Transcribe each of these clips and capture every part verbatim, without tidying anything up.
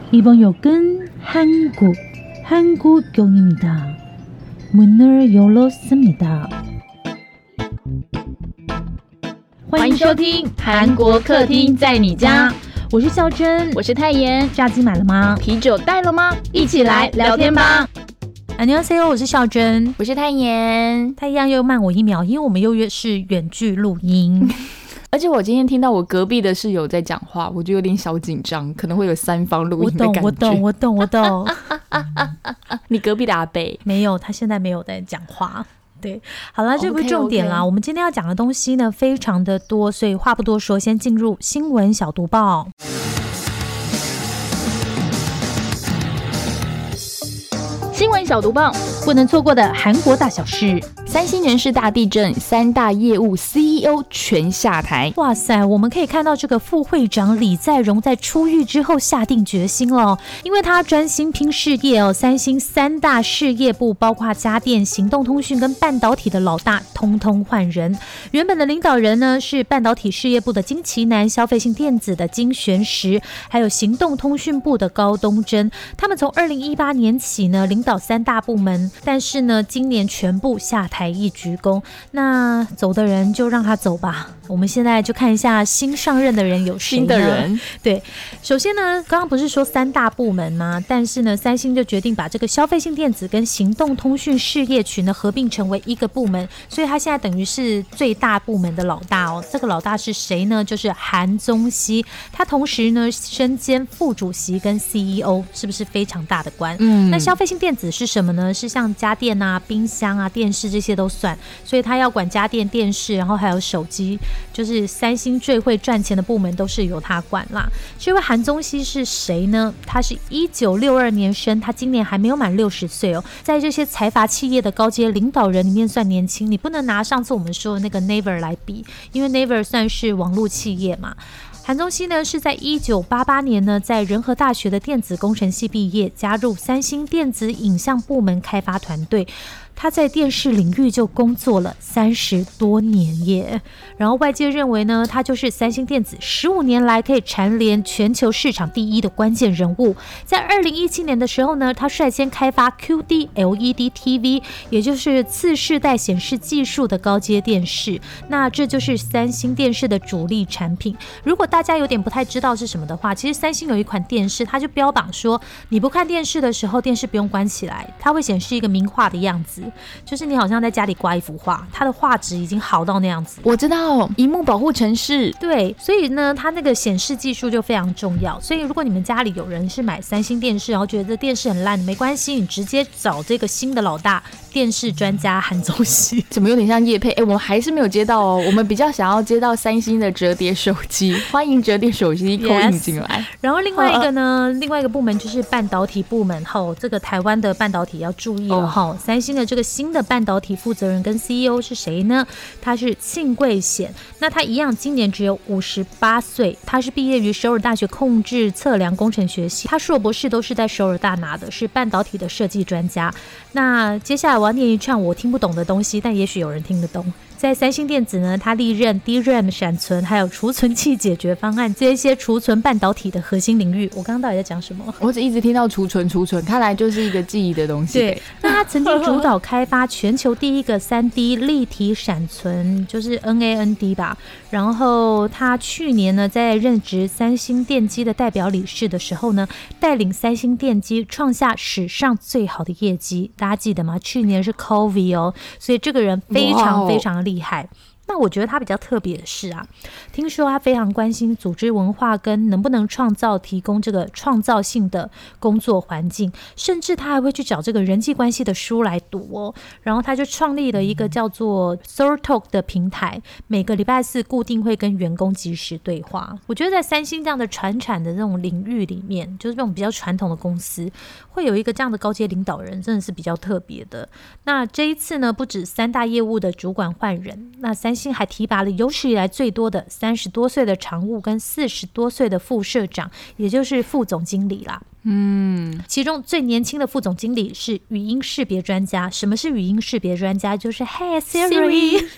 이번 역은 한국, 한국역입니다. 문을 열었습니다. 欢迎收听韩国客厅在你家， 我是孝珍， 我是泰妍。 炸鸡买了吗？ 啤酒带了吗？一起来聊天吧。 안녕하세요，我是孝珍， 我是泰妍。 他一样又慢我一秒，因为我们又是远距录音。 而且我今天听到我隔壁的室友在讲话，我就有点小紧张，可能会有三方录音的感觉。 我懂，我懂，我懂，我懂。 你隔壁的阿伯没有，他现在没有在讲话。对，好了，这不是重点啦。 Okay, okay. 我们今天要讲的东西呢，非常的多，所以话不多说，先进入新闻小读报。 新闻小读报， 不能错过的韩国大小事。 三星人事大地震，三大业务 C E O 全下台。 哇塞，我们可以看到这个副会长李在镕在出狱之后下定决心了，因为他专心拼事业哦。三星三大事业部，包括家电、行动通讯跟半导体的老大，通通换人。原本的领导人呢是半导体事业部的金奇南，消费性电子的金玄石，还有行动通讯部的高东珍。他们从二零一八年起呢领导三大部门，但是呢今年全部下台一鞠躬。那走的人就让他走吧。我们现在就看一下新上任的人有谁呢？ 新的人， 对，首先呢，刚刚不是说三大部门吗？但是呢，三星就决定把这个消费性电子跟行动通讯事业群呢合并成为一个部门，所以他现在等于是最大部门的老大哦。这个老大是谁呢？就是韩宗熙，他同时呢身兼副主席跟 C E O， 是不是非常大的官？嗯，那消费性电子是什么呢？是像家电啊、冰箱啊、电视这些都算，所以他要管家电、电视，然后还有手机。就是三星最会赚钱的部门都是由他管啦。这位韩宗熙是谁呢？他是一九六二年生，他今年还没有满六十岁哦。在这些财阀企业的高阶领导人里面算年轻，你不能拿上次我们说的那个 Naver 来比，因为 Naver 算是网络企业嘛。韩宗熙呢是在一九八八年呢在仁和大学的电子工程系毕业，加入三星电子影像部门开发团队。他在电视领域就工作了三十多年耶，然后外界认为呢，他就是三星电子十五年来可以蝉联全球市场第一的关键人物。在二零一七年的时候呢，他率先开发 Q D L E D T V， 也就是次世代显示技术的高阶电视。那这就是三星电视的主力产品。如果大家有点不太知道是什么的话，其实三星有一款电视，它就标榜说，你不看电视的时候，电视不用关起来，它会显示一个名画的样子。就是你好像在家里挂一幅画，它的画质已经好到那样子。 我知道，萤幕保护程式。 对，所以呢，它那个显示技术就非常重要。所以如果你们家里有人是买三星电视，然后觉得电视很烂，没关系，你直接找这个新的老大，电视专家韩宗熙。 怎么有点像业配？哎，我们还是没有接到哦。我们比较想要接到三星的折叠手机，欢迎折叠手机扣印进来。 Yes. 然后另外一个呢，另外一个部门就是半导体部门。后这个台湾的半导体要注意了哈、哦。三星的这个新的半导体负责人跟 C E O 是谁呢？他是庆贵显，那他一样今年只有五十八岁，他是毕业于首尔大学控制测量工程学系，他硕博士都是在首尔大拿的，是半导体的设计专家。那接下来我要念一串我听不懂的东西，但也许有人听得懂。在三星电子呢，它历任 D RAM 闪存还有储存器解决方案这些储存半导体的核心领域。我刚刚到底在讲什么？ 我只一直听到储存储存，看来就是一个记忆的东西。 对，那他曾经主导开发全球第一个 三 D 立体闪存，就是 N A N D 吧。然后他去年呢，在任职三星电机的代表理事的时候呢，带领三星电机创下史上最好的业绩。大家记得吗？去年是 COVID 哦，所以这个人非常非常厉害。那我觉得他比较特别的是啊，听说他非常关心组织文化跟能不能创造提供这个创造性的工作环境，甚至他还会去找这个人际关系的书来读哦。然后他就创立了一个叫做 Soul Talk 的平台，每个礼拜四固定会跟员工即时对话。我觉得在三星这样的传产的这种领域里面，就是这种比较传统的公司，会有一个这样的高阶领导人，真的是比较特别的。那这一次呢，不止三大业务的主管换人，那三星还提拔了有史以来最多的三十多岁的常务跟四十多岁的副社长，也就是副总经理啦。嗯，其中最年轻的副总经理是语音识别专家。什么是语音识别专家？就是 Hey Siri。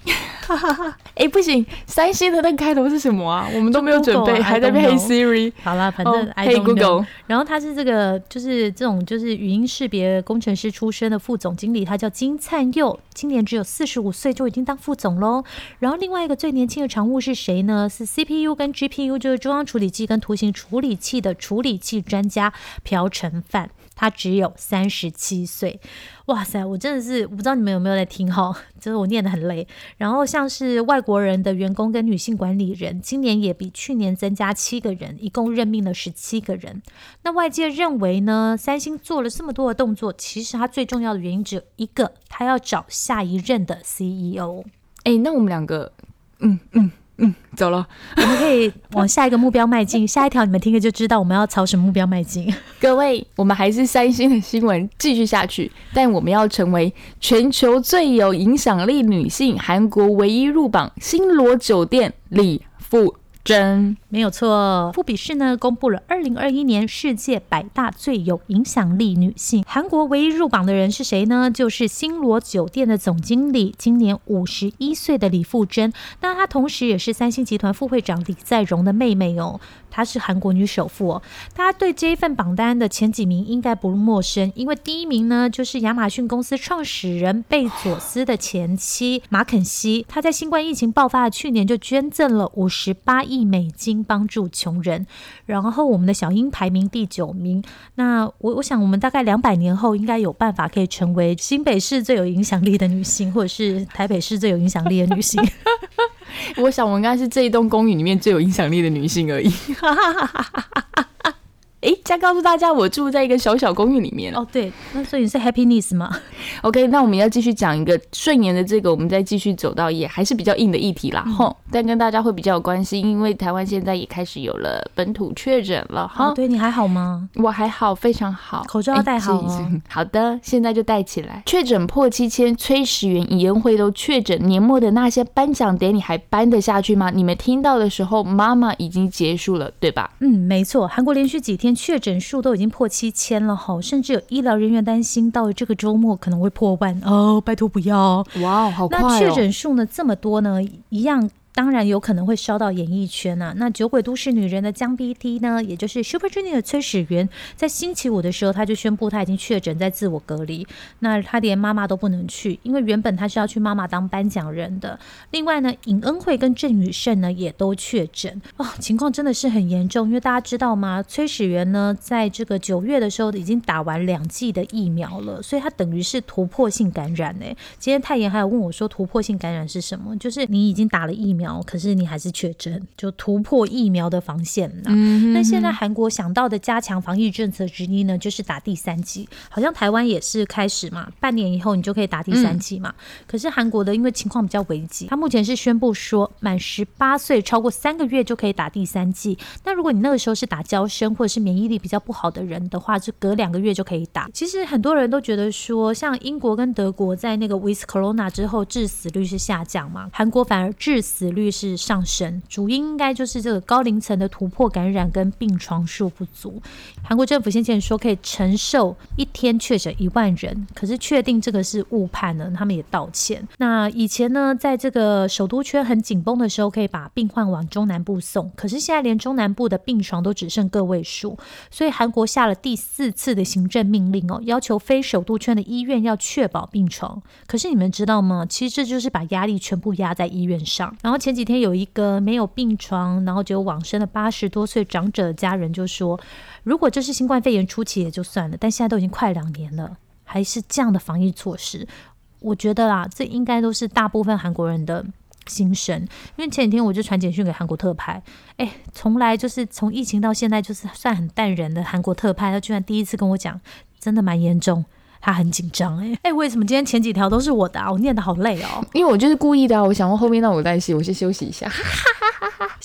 哎、欸，不行，三星的那个开头是什么啊？我们都没有准备，还在被 Hey Siri。 好啦，反正 I don't know、oh, Hey Google。 然后他是这个，就是这种就是语音识别工程师出身的副总经理，他叫金灿佑，今年只有四十五岁就已经当副总喽。然后另外一个最年轻的常务是谁呢？是 C P U 跟 G P U， 就是中央处理器跟图形处理器的处理器专家朴成范。他只有三十七岁，哇塞！我真的是我不知道你们有没有在听哈，就是我念得很累。然后像是外国人的员工跟女性管理人，今年也比去年增加七个人，一共任命了十七个人。那外界认为呢，三星做了这么多的动作，其实它最重要的原因只有一个，它要找下一任的 C E O。 哎、欸，那我们两个，嗯嗯。嗯，走了。 我们可以往下一个目标迈进，下一条你们听了就知道我们要朝什么目标迈进。 各位，我们还是三星的新闻继续下去，但我们要成为全球最有影响力女性，韩国唯一入榜星罗酒店李富真。 没有错，富比士呢公布了二零二一年世界百大最有影响力女性，韩国唯一入榜的人是谁呢？就是星罗酒店的总经理，今年五十一岁的李富真。那她同时也是三星集团副会长李在镕的妹妹哦，她是韩国女首富哦。大家对这一份榜单的前几名应该不陌生，因为第一名呢就是亚马逊公司创始人贝佐斯的前妻马肯西，她在新冠疫情爆发的去年就捐赠了五十八亿美金帮助穷人。然后我们的小英排名第九名，那我我想我们大概两百年后应该有办法可以成为新北市最有影响力的女性，或者是台北市最有影响力的女性。 我想我应该是这一栋公寓里面最有影响力的女性而已。哎，再告诉大家，我住在一个小小公寓里面。 哦，对，那所以你是 happiness 吗 ？OK， 那我们要继续讲一个顺延的这个，我们再继续走到也还是比较硬的议题啦，吼、嗯，但跟大家会比较有关系，因为台湾现在也开始有了本土确诊了，哈、 哦。对，你还好吗？ 我还好，非常好， 口罩要戴好哦。 好的，现在就戴起来。确诊破七千，崔始源、尹恩惠都确诊，年末的那些颁奖典礼还颁得下去吗？你们听到的时候，妈妈已经结束了，对吧？ 嗯，没错，韩国连续几天确诊数都已经破七千了哈，甚至有医疗人员担心到了这个周末可能会破万哦，拜托不要！ 哇，好快哦！ 那确诊数呢这么多呢，一样。当然有可能会烧到演艺圈啊。那酒鬼都市女人的江 B T 呢，也就是 Super Junior 的崔始源，在星期五的时候他就宣布他已经确诊，在自我隔离。那他连妈妈都不能去，因为原本他是要去妈妈当颁奖人的。另外呢，尹恩惠跟郑宇盛呢也都确诊哦，情况真的是很严重。因为大家知道吗？崔始源呢在这个九月的时候已经打完两剂的疫苗了，所以他等于是突破性感染哎。今天泰妍还有问我说，突破性感染是什么？就是你已经打了疫苗。可是你还是确诊，就突破疫苗的防线了。嗯、那现在韩国想到的加强防疫政策之一呢，就是打第三剂。好像台湾也是开始嘛，半年以后你就可以打第三剂嘛。嗯、可是韩国的因为情况比较危急，他目前是宣布说，满十八岁超过三个月就可以打第三剂。那如果你那个时候是打嬌生或者是免疫力比较不好的人的话，就隔两个月就可以打。其实很多人都觉得说，像英国跟德国在那个 with corona 之后，致死率是下降嘛，韩国反而致死率是上升，主因应该就是这个高龄层的突破感染跟病床数不足。韩国政府先前说可以承受一天确诊一万人，可是确定这个是误判了，他们也道歉。那以前呢，在这个首都圈很紧绷的时候，可以把病患往中南部送，可是现在连中南部的病床都只剩个位数，所以韩国下了第四次的行政命令哦，要求非首都圈的医院要确保病床。可是你们知道吗？其实这就是把压力全部压在医院上。然后前几天有一个没有病床，然后只有往生的八十多岁长者的家人就说，如果这是新冠肺炎初期也就算了，但现在都已经快两年了，还是这样的防疫措施，我觉得啦，这应该都是大部分韩国人的心声。因为前几天我就传简讯给韩国特派，哎，从来就是从疫情到现在就是算很淡然的韩国特派，他居然第一次跟我讲，真的蛮严重。他很紧张哎哎，为什么今天前几条都是我的啊？我念得好累哦。 因为我就是故意的啊，我想说后面让我带戏，我先休息一下。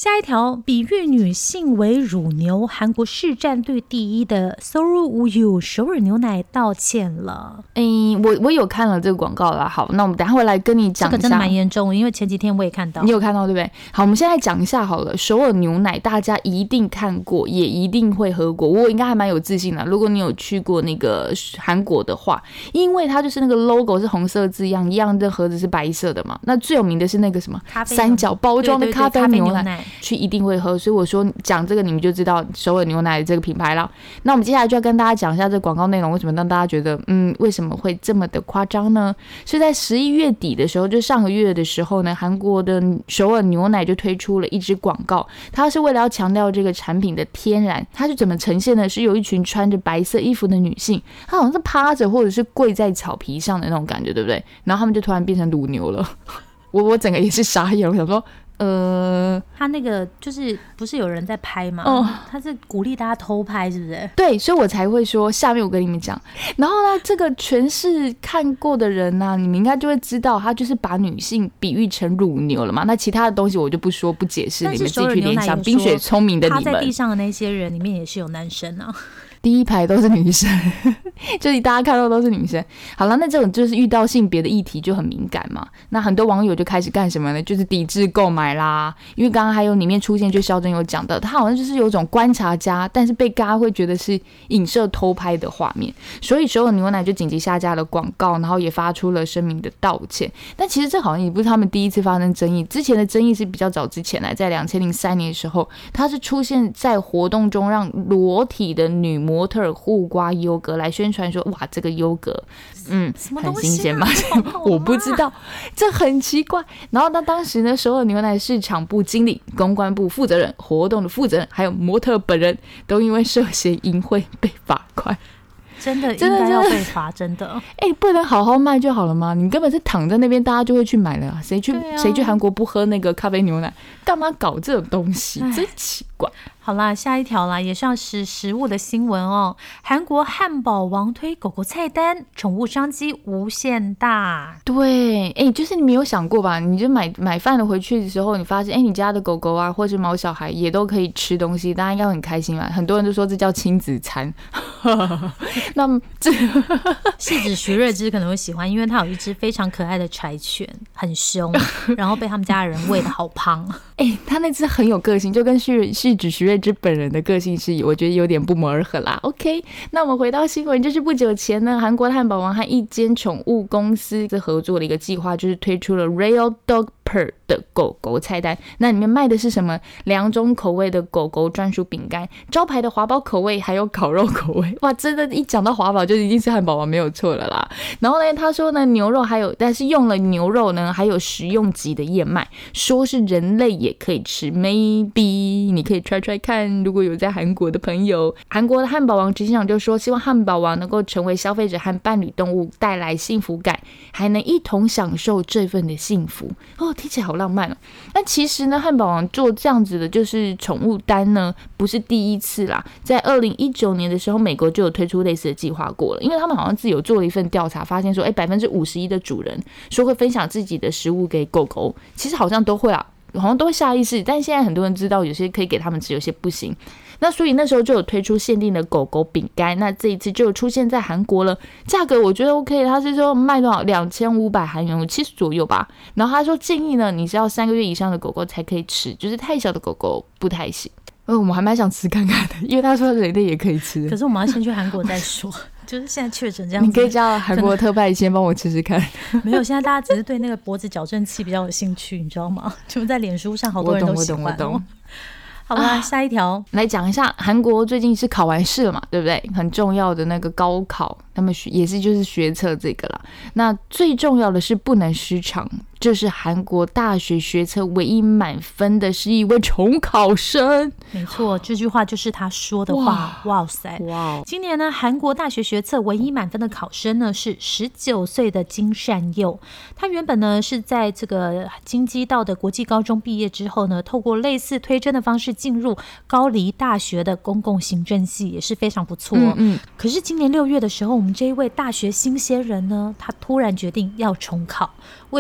下一条，比喻女性为乳牛，韩国市占率第一的 Seoul Uyu 首尔牛奶道歉了。 诶、我我有看了这个广告啦。好，那我们等一下会来跟你讲一下。 这个真的蛮严重的，因为前几天我也看到。 你有看到对不对？好，我们现在讲一下好了。首尔牛奶大家一定看过，也一定会喝过。我应该还蛮有自信的，如果你有去过那个韩国的话，因为它就是那个 logo 是红色字样，一样的盒子是白色的嘛。那最有名的是那个什么三角包装的咖啡牛奶，去一定会喝。所以我说讲这个你们就知道首尔牛奶这个品牌了。那我们接下来就要跟大家讲一下这个广告内容，为什么让大家觉得嗯为什么会这么的夸张呢？是在十一月底的时候，就上个月的时候呢，韩国的首尔牛奶就推出了一支广告，它是为了要强调这个产品的天然。它是怎么呈现呢？是有一群穿着白色衣服的女性，她好像是趴着或者是跪在草皮上的那种感觉，对不对？然后他们就突然变成乳牛了。我我整个也是傻眼，我想说呃， 他那个就是不是有人在拍吗？ 哦， 他是鼓励大家偷拍，是不是？ 对，所以我才会说下面我跟你们讲。然后呢，这个全是看过的人呢、啊，你们应该就会知道，他就是把女性比喻成乳牛了嘛。那其他的东西我就不说不解释，你们自己去联想。冰雪聪明的你们， 趴在地上的那些人里面也是有男生啊。 第一排都是女生，就是大家看到都是女生。好了，那这种就是遇到性别的议题就很敏感嘛。那很多网友就开始干什么呢？就是抵制购买啦。因为刚刚还有里面出现，就肖珍有讲到，他好像就是有种观察家，但是被大家会觉得是影射偷拍的画面，所以首尔牛奶就紧急下架了广告，然后也发出了声明的道歉。但其实这好像也不是他们第一次发生争议，之前的争议是比较早之前来，在两千零三年的时候，它是出现在活动中让裸体的女模特儿互刮优格来宣传说，哇，这个优格嗯很新鲜吗？我不知道，这很奇怪。然后那当时呢，首尔牛奶市场部经理、公关部负责人、活动的负责人还有模特本人都因为涉嫌淫秽被罚款。 真的应该要被罚，真的。 哎、欸，不能好好卖就好了吗？你根本是躺在那边，大家就会去买了啊！谁去谁、啊、去韩国不喝那个咖啡牛奶？干嘛搞这种东西？真奇怪。 好啦，下一条啦，也像是食物的新闻哦。韩国汉堡王推狗狗菜单，宠物商机无限大。 对，哎、欸，就是你没有想过吧？你就买买饭了回去的时候，你发现，哎、欸，你家的狗狗啊，或者毛小孩也都可以吃东西，大家应该很开心嘛。很多人都说这叫亲子餐。那么这戏子徐瑞芝可能会喜欢，因为他有一只非常可爱的柴犬，很凶，然后被他们家人喂得好胖。 哎、欸，他那只很有个性，就跟戏戏子徐瑞芝本人的个性是，我觉得有点不谋而合啦。OK， 那我们回到新闻，就是不久前呢，韩国的汉堡王和一间宠物公司合作的一个计划，就是推出了 Real Dog Per 的狗狗菜单。那里面卖的是什么？两种口味的狗狗专属饼干，招牌的华堡口味，还有烤肉口味。哇，真的，一讲到华堡就一定是汉堡王，没有错了啦。然后呢，他说呢，牛肉还有，但是用了牛肉呢，还有食用级的燕麦，说是人类也可以吃 ，maybe 你可以 try try 看。如果有在韩国的朋友，韩国的汉堡王执行长就说，希望汉堡王能够成为消费者和伴侣动物带来幸福感，还能一同享受这份的幸福。哦，听起来好浪漫哦。但其实呢，汉堡王做这样子的就是宠物单呢，不是第一次啦。在二零一九年的时候，美国就有推出类似的计划过了，因为他们好像自己有做了一份调查，发现说，哎，百分之五十一的主人说会分享自己的食物给狗狗，其实好像都会啊。好像都会下意识，但现在很多人知道有些可以给他们吃，有些不行。那所以那时候就有推出限定的狗狗饼干，那这一次就有出现在韩国了。价格我觉得 OK， 他是说卖多少两千五百韩元，七十左右吧。然后他说建议呢，你是要三个月以上的狗狗才可以吃，就是太小的狗狗不太行。呃，我们还蛮想吃看看的，因为他说人类也可以吃。 可是我们要先去韩国再说。就是现在确诊这样子， 你可以叫韩国特派先帮我吃吃看。 没有，现在大家只是对那个脖子矫正器比较有兴趣，你知道吗？就在脸书上好多人都喜欢、哦。我懂，我懂，我懂。好啦、啊，下一条来讲一下，韩国最近是考完试了嘛，对不对？很重要的那个高考，他们也是就是学测这个啦。那最重要的是不能失常。这是韩国大学学测唯一满分的是一位重考生。 没错，这句话就是他说的话。哇塞！哇！今年呢，韩国大学学测唯一满分的考生呢是十九岁的金善佑。他原本呢是在这个京畿道的国际高中毕业之后呢，透过类似推甄的方式进入高黎大学的公共行政系，也是非常不错、哦。嗯嗯。可是今年六月的时候，我们这一位大学新鲜人呢，他突然决定要重考。为什么呢？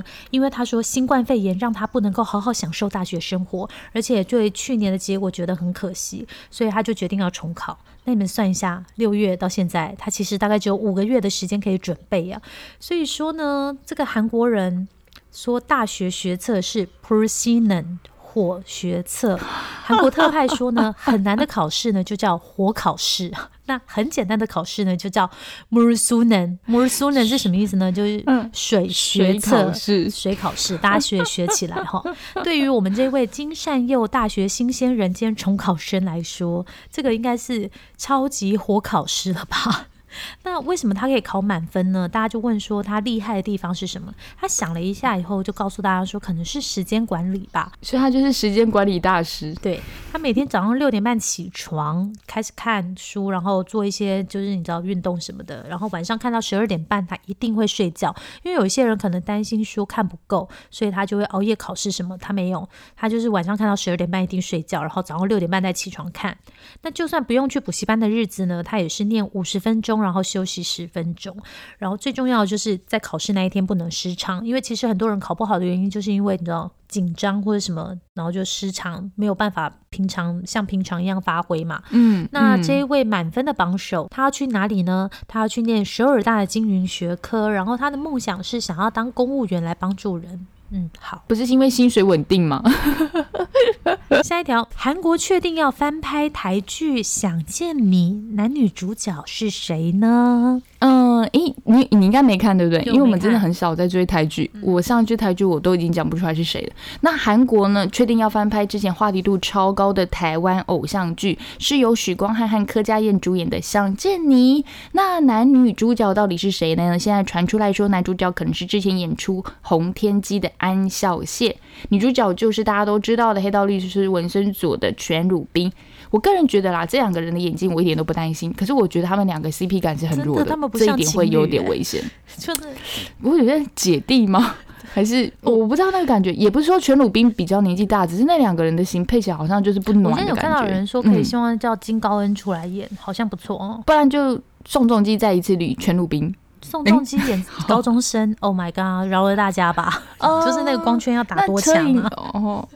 因为他说新冠肺炎让他不能够好好享受大学生活，而且对去年的结果觉得很可惜，所以他就决定要重考。那你们算一下，六月到现在他其实大概只有五个月的时间可以准备啊。所以说呢，这个韩国人说大学学测是 Persinnen火学测，韩国特派说呢，很难的考试呢就叫火考试，那很简单的考试呢就叫 Mursunen。 Mursunen 是什么意思呢？就是水学测、水, 水考试，大家学学起来哈。对于我们这位金善佑大学新鲜人兼重考生来说，这个应该是超级火考试了吧？那为什么他可以考满分呢？大家就问说他厉害的地方是什么？他想了一下以后就告诉大家说可能是时间管理吧， 所以他就是时间管理大师。 对，他每天早上六点半起床开始看书，然后做一些就是你知道运动什么的，然后晚上看到十二点半他一定会睡觉，因为有一些人可能担心书看不够，所以他就会熬夜考试什么，他没有，他就是晚上看到十二点半一定睡觉，然后早上六点半再起床看。那就算不用去补习班的日子呢，他也是念五十分钟然后休息十分钟，然后最重要的就是在考试那一天不能失常，因为其实很多人考不好的原因就是因为你知道紧张或者什么，然后就失常，没有办法平常像平常一样发挥嘛。 嗯， 那这一位满分的榜首，他要去哪里呢？他要去念首尔大的经营学科，然后他的梦想是想要当公务员来帮助人。嗯，好， 不是因为薪水稳定吗？ 下一条，韩国确定要翻拍台剧《想见你》，男女主角是谁呢？ 嗯，诶，你你应该没看对不对？ 因为我们真的很少在追台剧，嗯、我上一追台剧我都已经讲不出来是谁了。那韩国呢，确定要翻拍之前话题度超高的台湾偶像剧，是由许光汉和柯佳嬿主演的《想见你》。那男女主角到底是谁呢？现在传出来说，男主角可能是之前演出《红天机》的安孝燮，女主角就是大家都知道的黑道律师文森佐的全鲁彬。我个人觉得啦，这两个人的演技我一点都不担心，可是我觉得他们两个 C P 感是很弱的， 他们不这一点会有点危险。 就是不会有点姐弟吗？还是我不知道那个感觉，也不是说全鲁彬比较年纪大，只是那两个人的型配起来好像就是不暖的感觉。 我之前有看到有人说可以希望叫金高恩出来演，嗯、好像不错哦。 不然就宋仲基再一次捋全鲁彬。 宋仲基演高中生，Oh my god， 饶了大家吧！哦、就是那个光圈要打多强啊！哦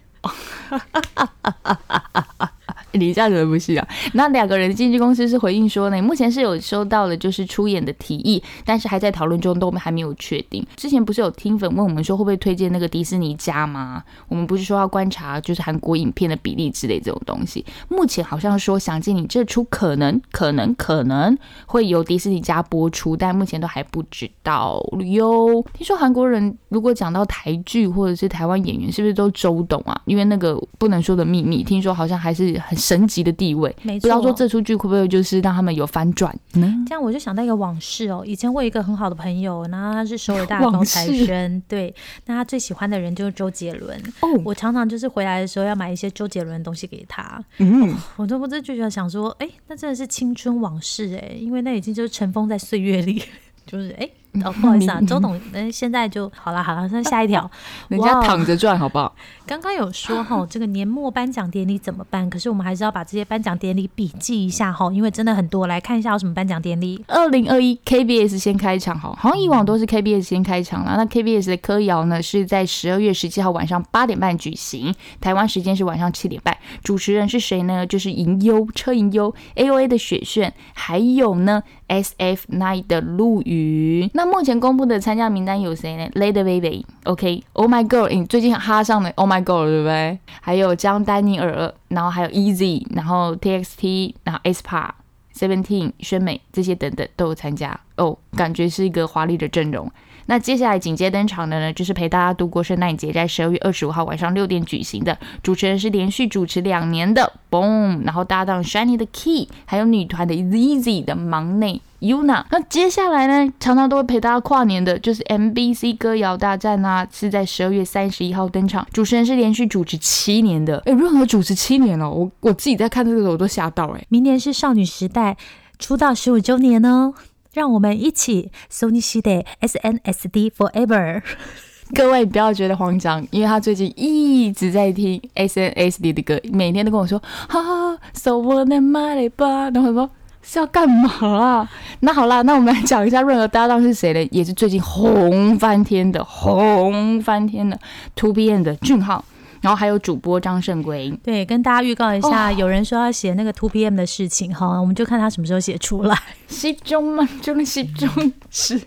你这样子不是啊？那两个人的经纪公司是回应说呢，目前是有收到了就是出演的提议，但是还在讨论中，都还没有确定。之前不是有听粉问我们说会不会推荐那个迪士尼家吗？我们不是说要观察就是韩国影片的比例之类这种东西。目前好像说想见你这出可能可能可能会由迪士尼家播出，但目前都还不知道哟。听说韩国人如果讲到台剧或者是台湾演员，是不是都周董啊？因为那个不能说的秘密，听说好像还是很神级的地位， 没错。 不知道说这出剧会不会就是让他们有翻转呢？ 这样我就想到一个往事哦。以前我有一个很好的朋友，然后他是首尔大的高材生，对，那他最喜欢的人就是周杰伦。哦，我常常就是回来的时候要买一些周杰伦的东西给他。嗯，哦、我都不知就觉得想说，哎，那真的是青春往事哎，因为那已经就是尘封在岁月里，就是哎。哦，不好意思啊，周董，嗯，现在就好了，好了，那下一条， 人家躺着赚好不好？ 刚刚有说哈，这个年末颁奖典礼怎么办？可是我们还是要把这些颁奖典礼笔记一下哈，因为真的很多，来看一下有什么颁奖典礼。 二零二一 K B S 先开场哈，好像以往都是 K B S 先开场啦。那 K B S 的歌谣呢是在十二月十七号晚上八点半举行，台湾时间是晚上七点半。主持人是谁呢？就是银优车银优 A O A 的雪炫，还有呢 S F 九 的陆羽。那目前公布的参加名单有谁呢 ？Lady Baby，OK，Oh、okay. My Girl， 你最近哈上的 Oh My Girl 对不对？还有江丹尼尔，然后还有 Easy， 然后 T X T， 然后 aespa、Seventeen、宣美这些等等都有参加哦，感觉是一个华丽的阵容。那接下来紧接登场的呢，就是陪大家度过圣诞节，在十二月二十五号晚上六点举行的。主持人是连续主持两年的 Boom， 然后搭档 Shiny 的 Key， 还有女团的 Easy 的忙内 Yuna。那接下来呢，常常都会陪大家跨年的，就是 M B C 歌谣大战啊，是在十二月三十一号登场。主持人是连续主持七年的，哎，任何主持七年了，我我自己在看这个我都吓到哎。 明年是少女时代出道十五周年哦。让我们一起소녀시대 S N S D Forever。 各位不要觉得慌张，因为他最近一直在听 S N S D 的歌，每天都跟我说哈哈，so wanna my 吧，然后说是要干嘛啊？那好啦，那我们来讲一下润儿搭档是谁呢？也是最近红翻天的红翻天的 two P M 的俊浩，然后还有主播张胜圭。 对，跟大家预告一下， 哦、 有人说要写那个 two P M 的事情哈，我们就看他什么时候写出来。 十中满中十中十。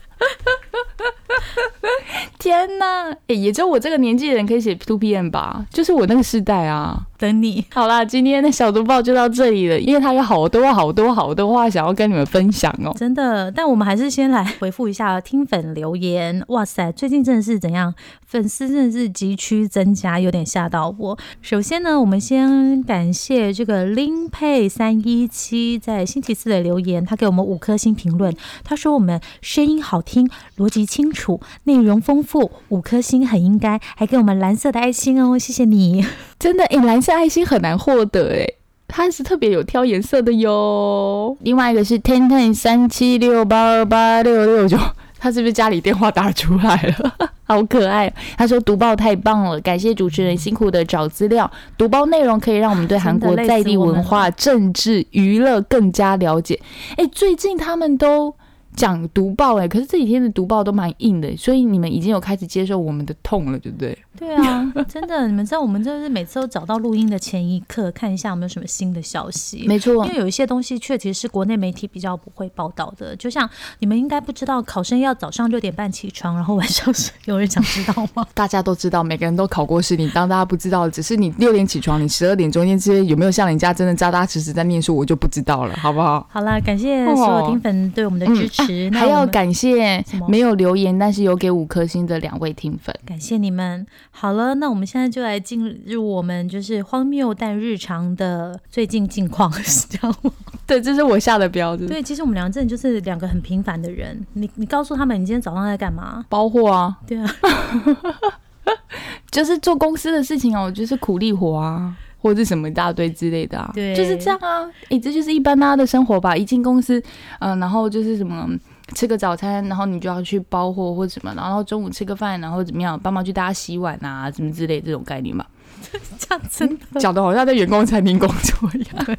天哪，欸，也只有我这个年纪的人可以写 two P M 吧，就是我那个世代啊。 等你。 好啦，今天的小读报就到这里了，因为他有好多好多好多话想要跟你们分享哦。 真的，但我们还是先来回复一下听粉留言。哇塞，最近真的是怎样，粉丝真的是急趋增加，有点吓到我。首先呢，我们先感谢这个林佩三一七在星期四的留言，他给我们五颗星评论，他说我们声音好听，逻辑清楚，内容丰富，五颗星很应该，还给我们蓝色的爱心哦，谢谢你。 真的，欸，蓝色爱心很难获得欸，它是特别有挑颜色的哟。另外一个是 ten ten 三七六八二八六六九，他是不是家里电话打出来了？好可爱。他说读报太棒了，感谢主持人辛苦的找资料，读报内容可以让我们对韩国在地文化、政治、娱乐更加了解。哎，最近他们都讲读报哎，可是这几天的读报都蛮硬的，所以你们已经有开始接受我们的痛了，对不对？ 对啊，真的，你们知道我们真的是每次都找到录音的前一刻，看一下有没有什么新的消息。 没错， 因为有一些东西确实是国内媒体比较不会报道的，就像你们应该不知道，考生要早上六点半起床，然后晚上是有人想知道吗？ 大家都知道，每个人都考过试，你当大家不知道，只是你六点起床，你十二点中间之间有没有像人家真的扎扎实实在念书，我就不知道了，好不好？ 好啦，感谢所有听粉对我们的支持， 嗯啊、还要感谢没有留言但是有给五颗星的两位听粉， 感谢你们。好了，那我们现在就来进入我们就是荒谬但日常的最近近况，是这样吗？ 对，这是我下的标志。 对，其实我们两个真的就是两个很平凡的人。你你告诉他们你今天早上在干嘛？ 包货啊。 对啊， 就是做公司的事情哦，就是苦力活啊。或者是什么一大堆之类的啊， 对， 就是这样啊。哎、欸，这就是一般大家的生活吧。一进公司，嗯、呃，然后就是什么吃个早餐，然后你就要去包货或者什么，然后中午吃个饭，然后怎么样帮忙去大家洗碗啊，什么之类的这种概念嘛。 这样真的讲的好像在员工餐厅工作一样。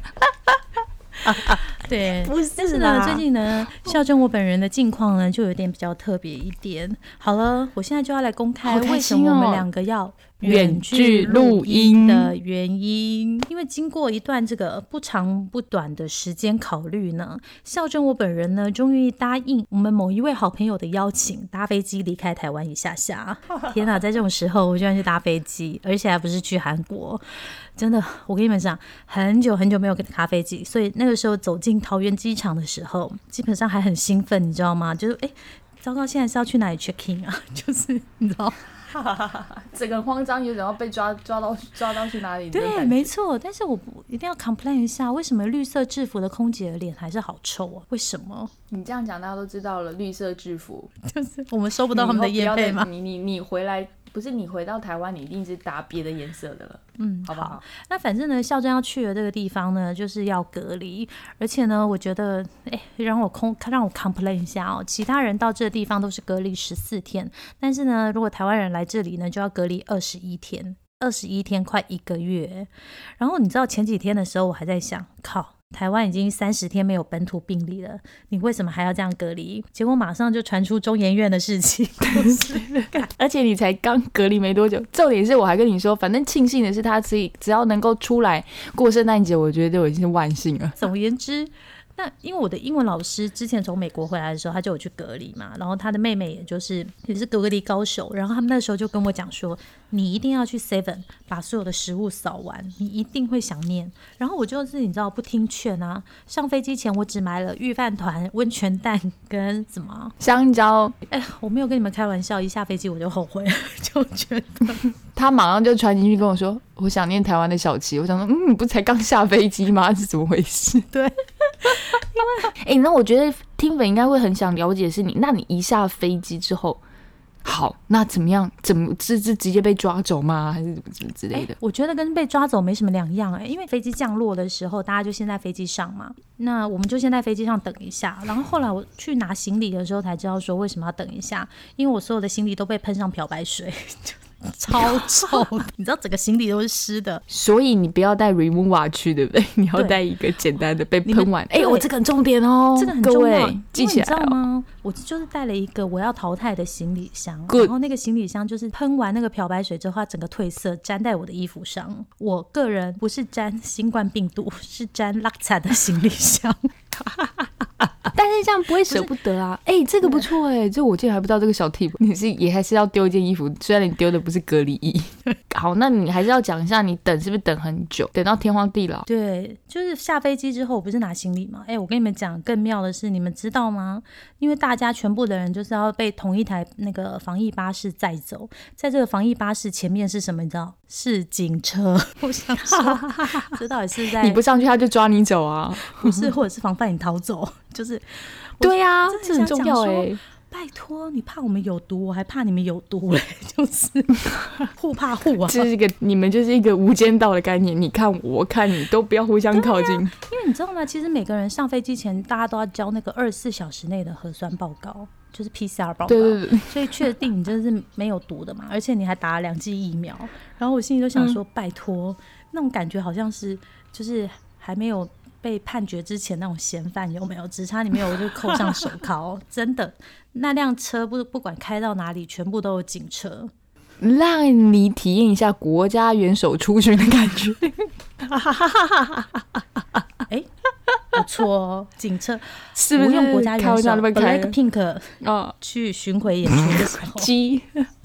对， 不是啦。 但是呢，最近呢，孝真我本人的近况呢，就有点比较特别一点。好了，我现在就要来公开为什么我们两个要远距录音的原因。因为经过一段这个不长不短的时间考虑呢，孝真我本人呢，终于答应我们某一位好朋友的邀请，搭飞机离开台湾一下下。天哪，在这种时候，我居然去搭飞机，而且还不是去韩国。真的，我跟你们讲，很久很久没有搭飞机，所以那个时候走进桃园机场的时候，基本上还很兴奋，你知道吗？就是哎，糟糕，现在是要去哪里 check in 啊？就是你知道， 整个慌张，有种要被抓抓到抓到去哪里？ 对，没错。但是我一定要 complain 一下，为什么绿色制服的空姐的脸还是好臭啊？为什么？ 你这样讲，大家都知道了，绿色制服就是我们收不到他们的业配吗？ 你你你回来。不是你回到台湾，你一定是搭别的颜色的了，嗯，好不好？好， 那反正呢，孝真要去的这个地方呢，就是要隔离，而且呢，我觉得，哎，让我空让我 complain 一下哦，其他人到这个地方都是隔离十四天，但是呢，如果台湾人来这里呢，就要隔离二十一天，二十一天快一个月。然后你知道前几天的时候，我还在想，靠。台湾已经三十天没有本土病例了，你为什么还要这样隔离？结果马上就传出中研院的事情， 而且你才刚隔离没多久。重点是我还跟你说，反正庆幸的是他自己只要能够出来过圣诞节，我觉得就已经是万幸了。 总而言之，那因为我的英文老师之前从美国回来的时候，他就有去隔离嘛，然后他的妹妹也就是也是隔离高手，然后他们那时候就跟我讲说，你一定要去 Seven 把所有的食物扫完，你一定会想念。然后我就是你知道不听劝啊，上飞机前我只买了御饭团、温泉蛋跟什么香蕉。 哎，我没有跟你们开玩笑，一下飞机我就后悔了，就觉得他马上就传进去跟我说，我想念台湾的小七。我想说，嗯，你不才刚下飞机吗？是怎么回事？ 对。 哎、欸，那我觉得听粉应该会很想了解的是你，那你一下飞机之后，好，那怎么样？怎么是是直接被抓走吗？还是什么之类的？ 欸、我觉得跟被抓走没什么两样哎、欸，因为飞机降落的时候，大家就先在飞机上嘛，那我们就先在飞机上等一下。然后后来我去拿行李的时候才知道说为什么要等一下，因为我所有的行李都被喷上漂白水。 超臭的你知道整个行李都是湿的。 所以你不要带 remover 去，对不对？你要带一个简单的被喷完。哎、欸，我这个很重点哦， 这个很重要， 记起来、哦、 你知道吗？我就是带了一个我要淘汰的行李箱， Good. 然后那个行李箱就是喷完那个漂白水之后，它整个褪色，粘在我的衣服上。我个人不是沾新冠病毒，是沾拉惨的行李箱。 但是这样不会舍不得啊！哎、欸，这个不错哎、欸，这我竟然还不知道这个小 tip。你是也还是要丢一件衣服，虽然你丢的不是隔离衣。好，那你还是要讲一下，你等是不是等很久，等到天荒地老？ 对，就是下飞机之后，我不是拿行李吗？哎、欸，我跟你们讲，更妙的是，你们知道吗？因为大家全部的人就是要被同一台那个防疫巴士载走，在这个防疫巴士前面是什么？你知道？是警车。我想说，这到底是在你不上去他就抓你走啊？ 不是，或者是防范你逃走？就是对啊，这很重要哎、欸。 拜托，你怕我们有毒，我还怕你们有毒嘞，就是互怕互啊。 这是一个你们就是一个无间道的概念，你看我看你都不要互相靠近、啊。 因为你知道吗？其实每个人上飞机前，大家都要交那个二十四小时内的核酸报告，就是 P C R 报告。 对对对。 所以确定你真的是没有毒的嘛，而且你还打了两剂疫苗。然后我心里就想说，嗯、拜托，那种感觉好像是就是还没有被判决之前那种嫌犯，有没有？只差你没有就扣上手铐。真的，那辆车不不管开到哪里，全部都有警车， 让你体验一下国家元首出巡的感觉。 哎、欸，不错哦，警车是不是用国家元首 Blackpink 哦去巡回演出的时候？ 鸡。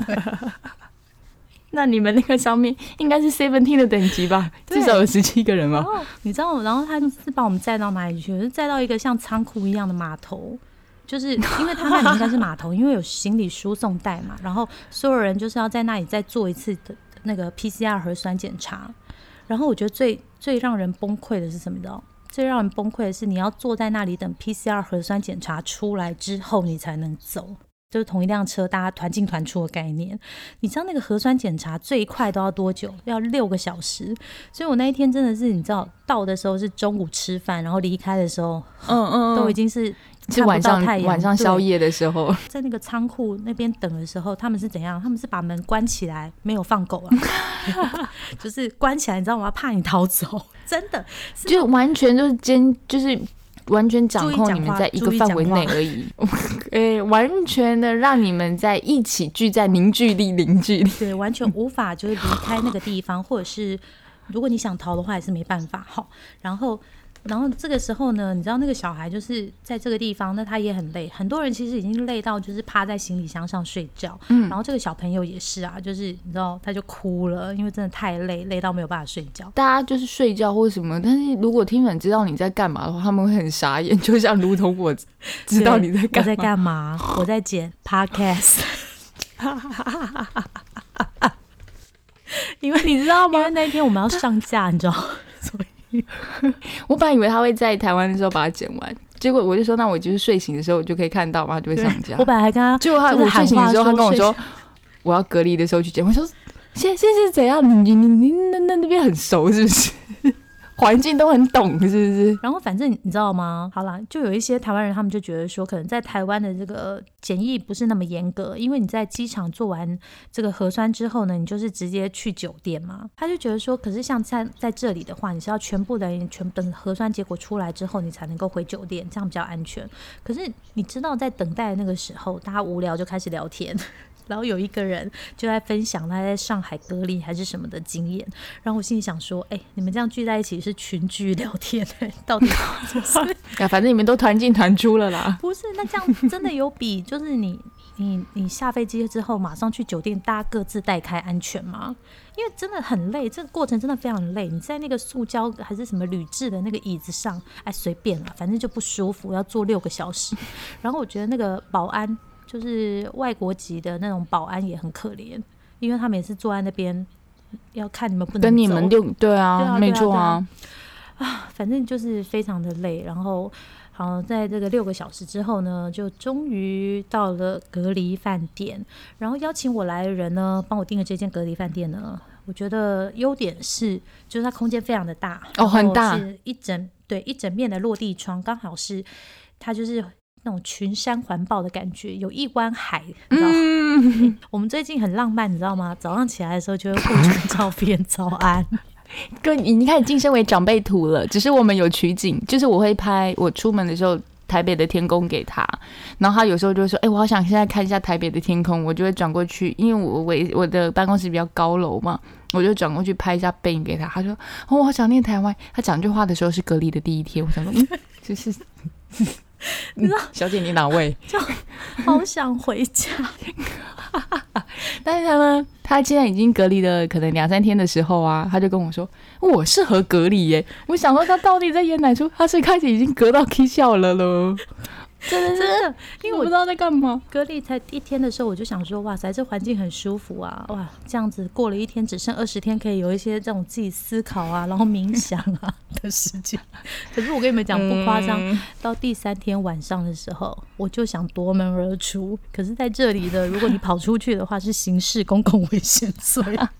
那你们那个上面应该是 Seventeen 的等级吧？至少有十七个人吧。 你知道，然后他是把我们载到哪里去？就载到一个像仓库一样的码头，就是因为他那里应该是码头，因为有行李输送带嘛。然后所有人就是要在那里再做一次的那个 P C R 核酸检查。然后我觉得最最让人崩溃的是什么？你知道？最让人崩溃的是你要坐在那里等 P C R 核酸检查出来之后，你才能走。就是同一辆车，大家团进团出的概念。你知道那个核酸检查最快都要多久？要六个小时。所以我那一天真的是，你知道，到的时候是中午吃饭，然后离开的时候，嗯嗯，都已经是看不到太阳， 晚上宵夜的时候， 在那个仓库那边等的时候，他们是怎样？他们是把门关起来，没有放狗啊，就是关起来，你知道吗？怕你逃走，真的， 就完全就是监，就是。完全掌控你们在一个范围内而已，欸，完全的让你们在一起聚在凝聚力凝聚力， 对，完全无法就是离开那个地方，或者是如果你想逃的话也是没办法。好，然后然后这个时候呢，你知道那个小孩就是在这个地方，那他也很累，很多人其实已经累到就是趴在行李箱上睡觉，嗯，然后这个小朋友也是啊，就是你知道他就哭了，因为真的太累，累到没有办法睡觉。 大家就是睡觉或什么，但是如果听粉知道你在干嘛的话，他们会很傻眼，就像如同我知道你在干嘛。 我在干嘛？我在剪 podcast。因为你知道吗？因为那天我们要上架，你知道，所以。 我本来以为他会在台湾的时候把它剪完，结果我就说那我就是睡醒的时候我就可以看到嘛，就会上架。 我本来还跟他， 结果他、就是、我睡醒的时候他跟我说我要隔离的时候去剪，我说现在现在是怎样？你你你那那那边很熟是不是？环境都很懂是不是？ 然后反正你知道吗？好啦，就有一些台湾人他们就觉得说，可能在台湾的这个检疫不是那么严格，因为你在机场做完这个核酸之后呢，你就是直接去酒店嘛。他就觉得说，可是像在在这里的话，你是要全部的人全等核酸结果出来之后，你才能够回酒店，这样比较安全。可是你知道，在等待的那个时候，大家无聊就开始聊天。然后有一个人就在分享他在上海隔离还是什么的经验，然后我心里想说，哎、欸，你们这样聚在一起是群聚聊天、欸，到底是呀，反正你们都团进团出了啦。 不是，那这样真的有比就是你你你下飞机之后马上去酒店，大家各自带开安全吗？因为真的很累，这个过程真的非常累。你在那个塑胶还是什么铝制的那个椅子上，哎，随便啦，反正就不舒服，要坐六个小时。然后我觉得那个保安。就是外国籍的那种保安也很可怜，因为他们也是坐在那边要看你们不能走， 跟你们就对啊，对啊没错啊。 啊，反正就是非常的累。然后好，在这个六个小时之后呢，就终于到了隔离饭店。然后邀请我来的人呢，帮我订了这间隔离饭店呢，我觉得优点是，就是它空间非常的大， 哦，很大， 是一整对一整面的落地窗，刚好是它就是。 那种群山环抱的感觉，有一湾海，你知道吗？ 嗯， 我们最近很浪漫，你知道吗？早上起来的时候就会互传照片，早安。 跟已经开始晋升为长辈图了，只是我们有取景，就是我会拍我出门的时候台北的天空给他，然后他有时候就会说：“哎、欸，我好想现在看一下台北的天空。”我就会转过去，因为我我我的办公室比较高楼嘛，我就转过去拍一下背影给他。他说：“哦，我好想念台湾。”他讲这话的时候是隔离的第一天，我想说，嗯，就是你知道、嗯，小姐你哪位？ 就好想回家。 但是他呢，他现在已经隔离了可能两三天的时候啊，他就跟我说我适合隔离耶。我想说他到底在演哪出？他是开始已经隔到 K 笑了咯。真的真的，因为我不知道在干嘛。 隔离才一天的时候，我就想说，哇塞，这环境很舒服啊，哇，这样子过了一天，只剩二十天，可以有一些这种自己思考啊，然后冥想啊的时间。可是我跟你们讲不夸张、嗯，到第三天晚上的时候，我就想夺门而出。可是在这里的，如果你跑出去的话，是刑事公共危险罪。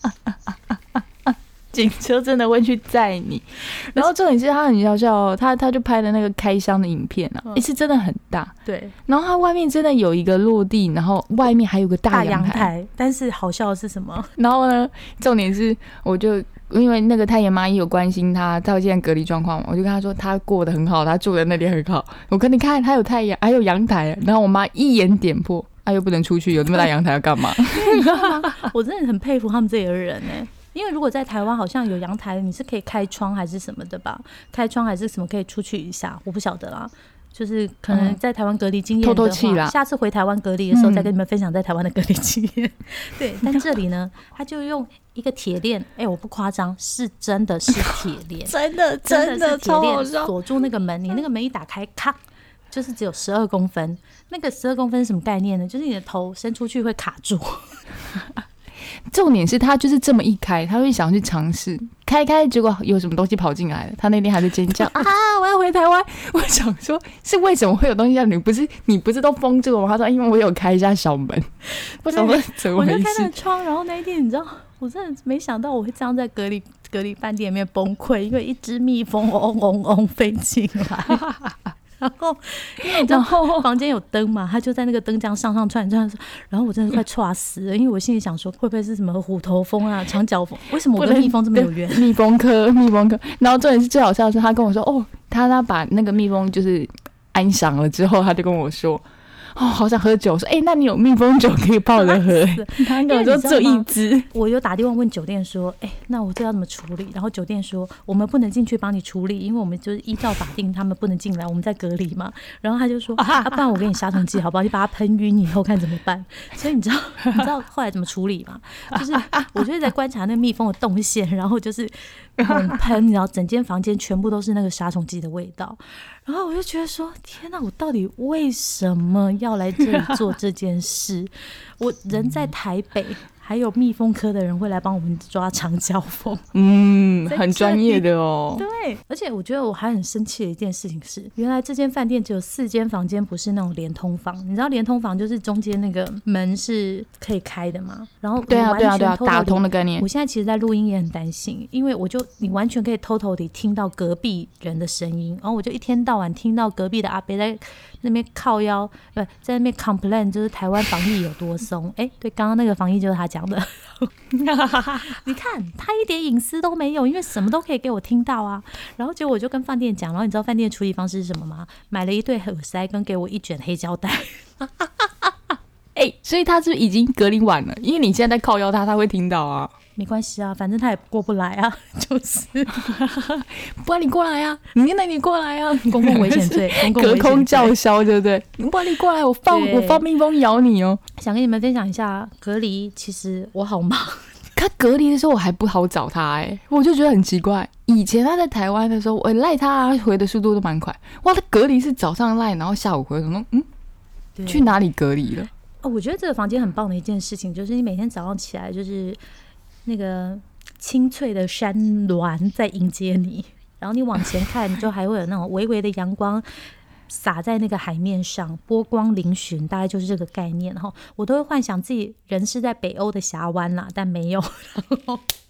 警车真的会去载你，然后重点是他很笑笑、哦，他他就拍的那个开箱的影片啊，嗯、是真的很大， 对。 然后他外面真的有一个落地，然后外面还有个大阳台， 台但是好笑的是什么？ 然后呢，重点是我就因为那个太妍妈也有关心他，他现在隔离状况嘛，我就跟他说他过得很好，他住的那里很好。我跟你看，他有太阳，还有阳台，然后我妈一眼点破，啊又不能出去，有那么大阳台要干嘛？ 你知道吗？我真的很佩服他们这里的人呢、欸。因为如果在台湾好像有阳台，你是可以开窗还是什么的吧？开窗还是什么可以出去一下，我不晓得啦。就是可能在台湾隔离经验的话、嗯、透透气啦，下次回台湾隔离的时候再跟你们分享在台湾的隔离经验、嗯。对，但这里呢，他就用一个铁链，哎、欸，我不夸张，是真的是铁链， 真的真的铁链锁住那个门，你那个门一打开，咔，就是只有十二公分。那个十二公分是什么概念呢？就是你的头伸出去会卡住。 重点是他就是这么一开，他会想去尝试开开，结果有什么东西跑进来了。他那天还在尖叫啊！我要回台湾。我想说，是为什么会有东西让你不是你不是都封住了吗？他说因为我有开一下小门，不知道怎么回事。 我就开那个窗，然后那一天你知道，我真的没想到我会这样在隔离隔离饭店里面崩溃，因为一只蜜蜂嗡嗡嗡飞进来。然后，因为你知道房间有灯嘛，他就在那个灯这样上上窜窜，然后我真的快猝死了，因为我心里想说，会不会是什么虎头蜂啊、长角蜂？为什么我跟蜜蜂这么有缘？ 蜜蜂科，蜜蜂科。然后重点是最好笑的是，他跟我说，哦，他他把那个蜜蜂就是安详了之后，他就跟我说。哦，好想喝酒，我说，哎、欸，那你有蜜蜂酒可以泡着喝？他跟我说只有一支。 我有打电话问酒店说，哎、欸，那我这要怎么处理？然后酒店说，我们不能进去帮你处理，因为我们就是依照法定，他们不能进来，我们在隔离嘛。然后他就说，啊，不然我给你杀虫剂好不好？你把它喷晕以后看怎么办？所以你知道，你知道后来怎么处理吗？就是我就是在观察那个蜜蜂的动线，然后就是猛喷，然后整间房间全部都是那个杀虫剂的味道。然后我就觉得说，天哪，我到底为什么要来这里做这件事？我人在台北，还有蜜蜂科的人会来帮我们抓长角蜂， 嗯，很专业的哦。 对，而且我觉得我还很生气的一件事情是，原来这间饭店只有四间房间不是那种连通房。你知道连通房就是中间那个门是可以开的嘛？然后对啊对啊对啊，打通的概念。 我现在其实，在录音也很担心，因为我就你完全可以偷偷地听到隔壁人的声音，然后我就一天到晚听到隔壁的阿伯在那边靠腰，不在那边 complain， 就是台湾防疫有多松。哎，对，刚刚那个防疫就是他讲的。你看他一点隐私都没有，因为什么都可以给我听到啊。然后结果我就跟饭店讲，然后你知道饭店的处理方式是什么吗？买了一对耳塞跟给我一卷黑胶带。 哎、欸，所以他是不是已经隔离完了？因为你现在在靠腰他，他会听到啊。 没关系啊，反正他也过不来啊，就是不然你过来啊，你那你过来啊， 公共危险罪， 隔空叫嚣，对不对？不然你过来，我放我放蜜蜂咬你哦。 想跟你们分享一下隔离，其实我好忙。 他隔离的时候我还不好找他哎、欸，我就觉得很奇怪。以前他在台湾的时候，我赖他、啊、回的速度都蛮快。哇，他隔离是早上赖，然后下午回，我说嗯，去哪里隔离了？ 哦，我觉得这个房间很棒的一件事情，就是你每天早上起来就是那个清脆的山峦在迎接你，然后你往前看，你就还会有那种微微的阳光洒在那个海面上，波光粼粼，大概就是这个概念。然后我都会幻想自己人是在北欧的峡湾啦，但没有。然后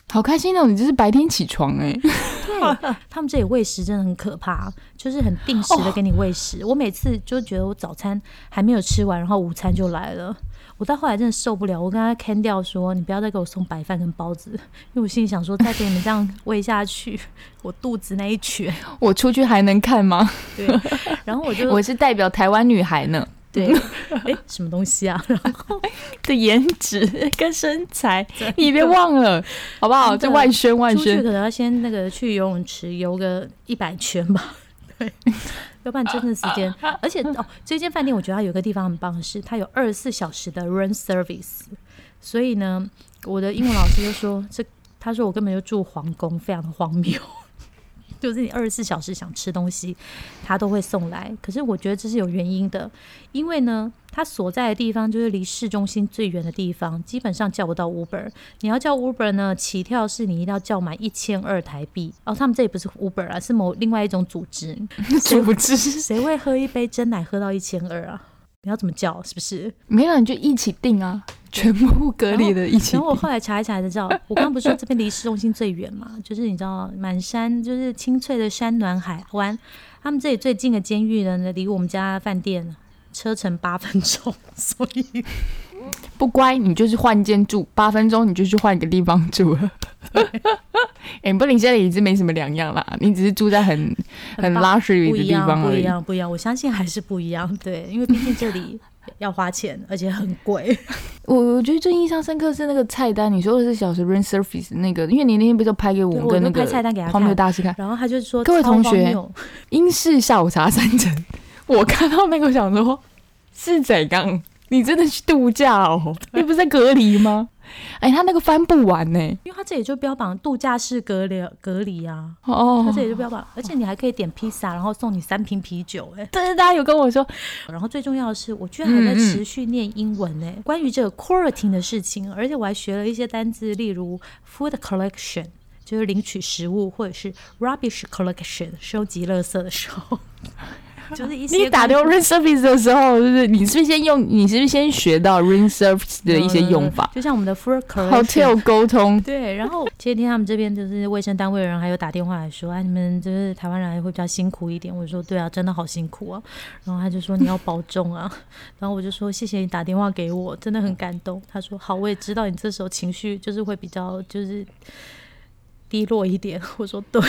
好开心哦！你这是白天起床哎、欸。 对，他们这里喂食真的很可怕，就是很定时的给你喂食。哦、我每次就觉得我早餐还没有吃完，然后午餐就来了。我到后来真的受不了，我跟他 can 掉说，你不要再给我送白饭跟包子，因为我心里想说，再给你们这样喂下去，我肚子那一拳， 我出去还能看吗？ 对，然后我就我是代表台湾女孩呢。 对，哎，什么东西啊？然后的颜值跟身材，你别忘了，好不好？这万宣万宣， 出去可能要先那个去游泳池游个一百圈吧，对，要不然真的时间。而且哦，这间饭店我觉得它有个地方很棒的是，它有二十四小时的 room service， 所以呢，我的英文老师就说，这他说我根本就住皇宫，非常的荒谬。就是你二十四小时想吃东西，他都会送来。可是我觉得这是有原因的，因为呢，他所在的地方就是离市中心最远的地方，基本上叫不到 Uber。你要叫 Uber 呢，起跳是你一定要叫满一千二台币。哦，他们这里不是 Uber 啊，是某另外一种组织。 组织谁会喝一杯真奶喝到一千二啊？你要怎么叫？是不是？ 没有，你就一起订啊。全部隔离的一起。 然后我后来查一查才知道，我刚刚不是说这边离市中心最远嘛？就是你知道满山就是青翠的山峦海湾，他们这里最近的监狱呢，离我们家饭店车程八分钟，所以不乖，你就是换间住，八分钟你就去换一个地方住了。哎、欸，不，你现在已经没什么两样啦，你只是住在很很 luxury 的地方而已。 不一样，不一样，我相信还是不一样。对，因为毕竟这里要花钱，而且很贵。 我我觉得最印象深刻是那个菜单，你说二十四小时 room service 那个，因为你那天不是拍给我们跟那个拍菜单给他荒谬大师看， 然后他就说：“ 各位同学，英式下午茶三层。”我看到那个想说是怎样？你真的去度假哦？你不是在隔离吗？哎、欸，他那个翻不完呢、欸， 因为他这里就标榜度假式隔离隔离啊。 哦， 他这里就标榜，而且你还可以点披萨，然后送你三瓶啤酒、欸。哎， 对，大家有跟我说。 然后最重要的是，我居然还在持续念英文呢、欸嗯嗯。关于这个 quarantine 的事情，而且我还学了一些单字，例如 food collection， 就是领取食物，或者是 rubbish collection， 收集垃圾的时候。就是一些你打电话 room service 的时候，就是你是不是先用？你是不是先学到 room service 的一些用法？ 就像我们的 food collection hotel 沟通。 对，然后前几天他们这边就是卫生单位的人还有打电话来说，哎，你们就是台湾人会比较辛苦一点。我就说对啊，真的好辛苦啊。然后他就说你要保重啊。然后我就说谢谢你打电话给我，真的很感动。他说好，我也知道你这时候情绪就是会比较就是低落一点。我说对。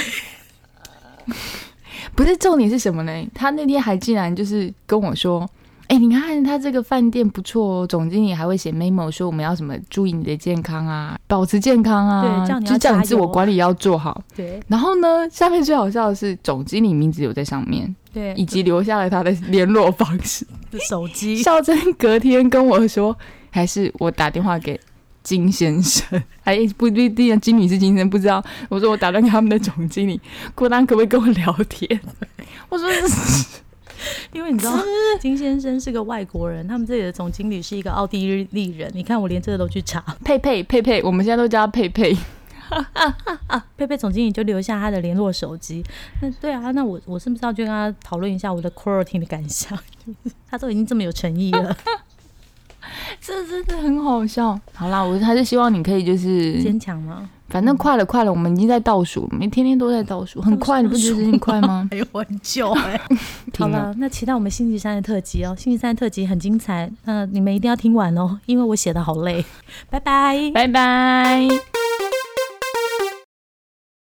不是，重点是什么呢？他那天还竟然就是跟我说，哎、欸，你看他这个饭店不错哦，总经理还会写 memo 说我们要什么注意你的健康啊，保持健康啊， 对，这样你要就这样自我管理要做好。 对， 然后呢，下面最好笑的是总经理名字有在上面， 对， 以及留下了他的联络方式、 手机。 孝珍隔天跟我说，还是我打电话给金先生，还不一定金女是金先生，不知道。我说我打断给他们的总经理，郭丹可不可以跟我聊天？我说因为你知道金先生是个外国人，他们这里的总经理是一个奥地利人。你看我连这个都去查。 佩佩佩佩，我们现在都叫他佩佩。 佩佩总经理就留下他的联络手机。那对啊，那我我是不是要去跟他讨论一下我的 quarantine 的感想？他都已经这么有诚意了。 这真的很好笑。好啦，我还是希望你可以就是坚强吗？ 反正快了快了，我们已经在倒数，每天天都在倒数，很快，你不觉得很快吗？ 还有很久哎、欸。好了，那期待我们星期三的特辑哦。星期三的特辑很精彩，那你们一定要听完哦，因为我写的好累。拜拜， 拜拜。